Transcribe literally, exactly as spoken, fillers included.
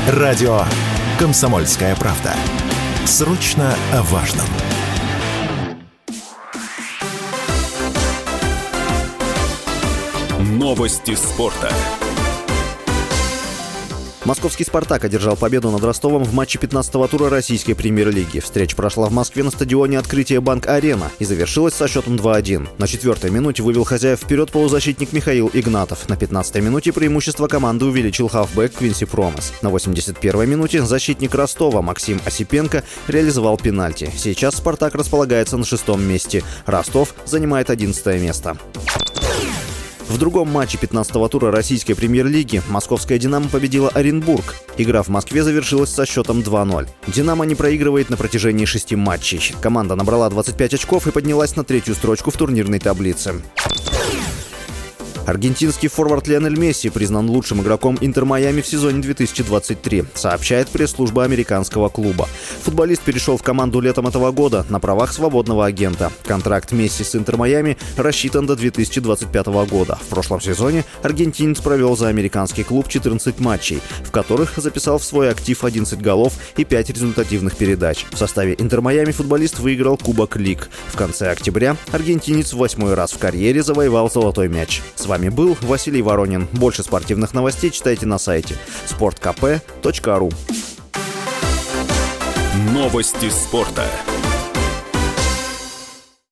Радио «Комсомольская правда». Срочно о важном. Новости спорта. Московский «Спартак» одержал победу над Ростовом в матче пятнадцатого тура российской премьер-лиги. Встреча прошла в Москве на стадионе «Открытие Банк-Арена» и завершилась со счетом два один. На четвертой минуте вывел хозяев вперед полузащитник Михаил Игнатов. На пятнадцатой минуте преимущество команды увеличил хавбэк Квинси Промес. На восемьдесят первой минуте защитник Ростова Максим Осипенко реализовал пенальти. Сейчас «Спартак» располагается на шестом месте. Ростов занимает одиннадцатое место. В другом матче пятнадцатого тура российской премьер-лиги московская «Динамо» победила Оренбург. Игра в Москве завершилась со счетом два ноль. «Динамо» не проигрывает на протяжении шести матчей. Команда набрала двадцать пять очков и поднялась на третью строчку в турнирной таблице. Аргентинский форвард Лионель Месси признан лучшим игроком «Интер Майами» в сезоне две тысячи двадцать три, сообщает пресс-служба американского клуба. Футболист перешел в команду летом этого года на правах свободного агента. Контракт Месси с «Интер Майами» рассчитан до две тысячи двадцать пятого года. В прошлом сезоне аргентинец провел за американский клуб четырнадцать матчей, в которых записал в свой актив одиннадцать голов и пять результативных передач. В составе «Интер Майами» футболист выиграл Кубок Лиг. В конце октября аргентинец в восьмой раз в карьере завоевал золотой мяч. С вами был Василий Воронин. Больше спортивных новостей читайте на сайте спорт кэ пэ точка ру. Новости спорта.